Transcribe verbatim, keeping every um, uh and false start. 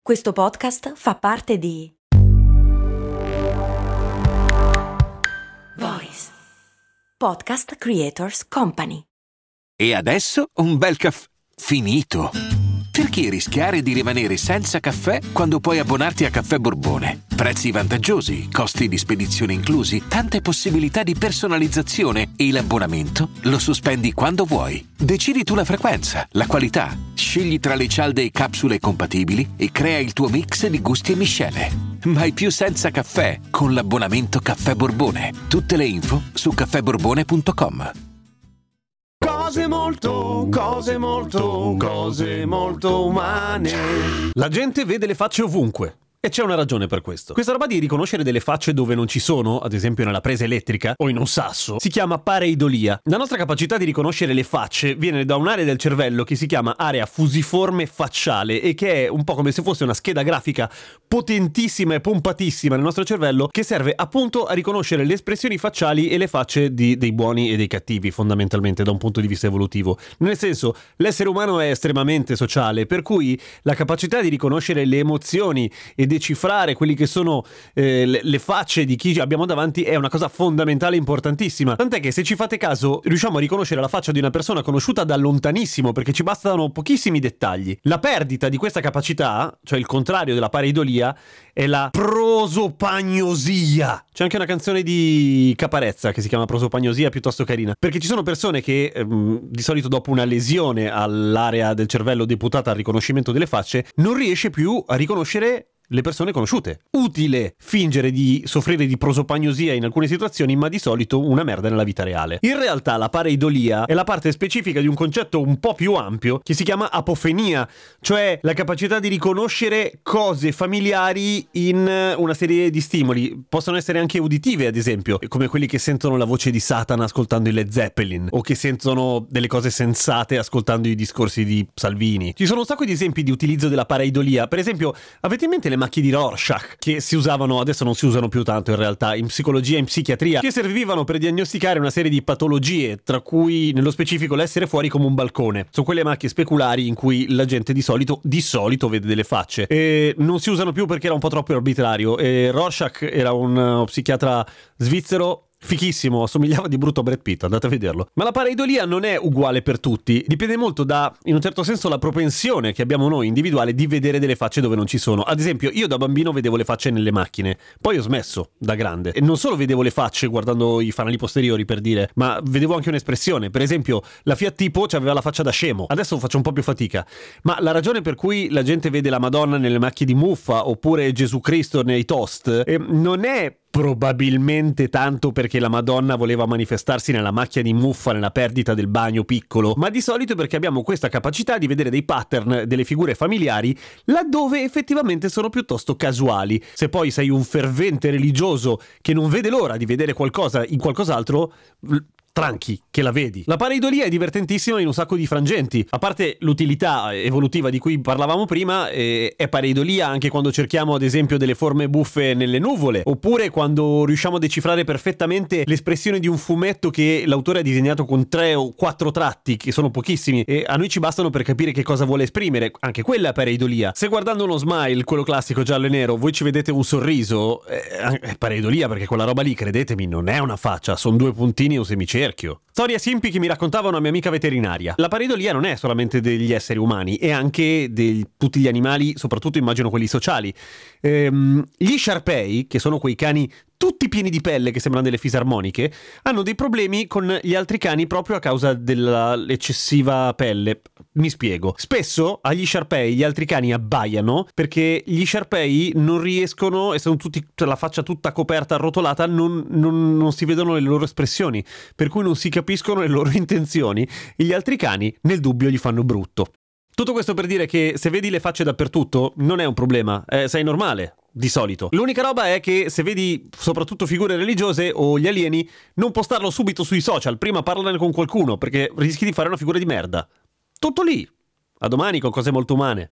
Questo podcast fa parte di Voice Podcast Creators Company. E adesso un bel caffè finito. Perché rischiare di rimanere senza caffè quando puoi abbonarti a Caffè Borbone? Prezzi vantaggiosi, costi di spedizione inclusi, tante possibilità di personalizzazione e l'abbonamento lo sospendi quando vuoi. Decidi tu la frequenza, la qualità, scegli tra le cialde e capsule compatibili e crea il tuo mix di gusti e miscele. Mai più senza caffè con l'abbonamento Caffè Borbone. Tutte le info su caffè borbone punto com. Cose molto, cose molto, cose molto umane. La gente vede le facce ovunque. E c'è una ragione per questo. Questa roba di riconoscere delle facce dove non ci sono, ad esempio nella presa elettrica o in un sasso, si chiama pareidolia. La nostra capacità di riconoscere le facce viene da un'area del cervello che si chiama area fusiforme facciale e che è un po' come se fosse una scheda grafica potentissima e pompatissima nel nostro cervello che serve appunto a riconoscere le espressioni facciali e le facce di, dei buoni e dei cattivi, fondamentalmente da un punto di vista evolutivo. Nel senso, l'essere umano è estremamente sociale, per cui la capacità di riconoscere le emozioni e decifrare quelli che sono eh, le, le facce di chi abbiamo davanti è una cosa fondamentale, importantissima. Tant'è che se ci fate caso riusciamo a riconoscere la faccia di una persona conosciuta da lontanissimo perché ci bastano pochissimi dettagli. La perdita di questa capacità, cioè il contrario della pareidolia, è la prosopagnosia. C'è anche una canzone di Caparezza che si chiama Prosopagnosia, piuttosto carina, perché ci sono persone che ehm, di solito dopo una lesione all'area del cervello deputata al riconoscimento delle facce non riesce più a riconoscere le persone conosciute. Utile fingere di soffrire di prosopagnosia in alcune situazioni, ma di solito una merda nella vita reale. In realtà la pareidolia è la parte specifica di un concetto un po' più ampio che si chiama apofenia, cioè la capacità di riconoscere cose familiari in una serie di stimoli. Possono essere anche uditive, ad esempio, come quelli che sentono la voce di Satana ascoltando i Led Zeppelin o che sentono delle cose sensate ascoltando i discorsi di Salvini. Ci sono un sacco di esempi di utilizzo della pareidolia. Per esempio, avete in mente le macchie di Rorschach che si usavano, adesso non si usano più tanto in realtà, in psicologia e in psichiatria, che servivano per diagnosticare una serie di patologie, tra cui nello specifico l'essere fuori come un balcone. Sono quelle macchie speculari in cui la gente di solito di solito vede delle facce e non si usano più perché era un po' troppo arbitrario. E Rorschach era un uh, psichiatra svizzero fichissimo, assomigliava di brutto a Brad Pitt, andate a vederlo. Ma la pareidolia non è uguale per tutti, dipende molto da, in un certo senso, la propensione che abbiamo noi individuale di vedere delle facce dove non ci sono. Ad esempio, io da bambino vedevo le facce nelle macchine, poi ho smesso da grande e non solo vedevo le facce guardando i fanali posteriori, per dire, ma vedevo anche un'espressione. Per esempio, la Fiat Tipo aveva la faccia da scemo, adesso faccio un po' più fatica, ma la ragione per cui la gente vede la Madonna nelle macchie di muffa oppure Gesù Cristo nei toast eh, non è probabilmente tanto perché la Madonna voleva manifestarsi nella macchia di muffa nella perdita del bagno piccolo, ma di solito perché abbiamo questa capacità di vedere dei pattern delle figure familiari laddove effettivamente sono piuttosto casuali. Se poi sei un fervente religioso che non vede l'ora di vedere qualcosa in qualcos'altro, tranqui, che la vedi. La pareidolia è divertentissima in un sacco di frangenti. A parte l'utilità evolutiva di cui parlavamo prima, eh, è pareidolia anche quando cerchiamo ad esempio delle forme buffe nelle nuvole, oppure quando riusciamo a decifrare perfettamente l'espressione di un fumetto che l'autore ha disegnato con tre o quattro tratti, che sono pochissimi, e a noi ci bastano per capire che cosa vuole esprimere. Anche quella è pareidolia. Se guardando uno smile, quello classico giallo e nero, voi ci vedete un sorriso, eh, è pareidolia, perché quella roba lì, credetemi, non è una faccia, sono due puntini e un semicerchio. Storia simpi che mi raccontava una mia amica veterinaria. La pareidolia non è solamente degli esseri umani, è anche di tutti gli animali, soprattutto immagino quelli sociali. Ehm, gli Sharpei, che sono quei cani tutti pieni di pelle che sembrano delle fisarmoniche, hanno dei problemi con gli altri cani proprio a causa dell'eccessiva pelle. Mi spiego. Spesso agli Sharpei gli altri cani abbaiano perché gli Sharpei non riescono, e sono tutti la faccia tutta coperta, arrotolata, non, non, non si vedono le loro espressioni, per cui non si capiscono le loro intenzioni e gli altri cani nel dubbio gli fanno brutto. Tutto questo per dire che se vedi le facce dappertutto non è un problema, eh, sei normale, di solito. L'unica roba è che se vedi soprattutto figure religiose o gli alieni, non postarlo subito sui social, prima parlane con qualcuno, perché rischi di fare una figura di merda. Tutto lì. A domani con cose molto umane.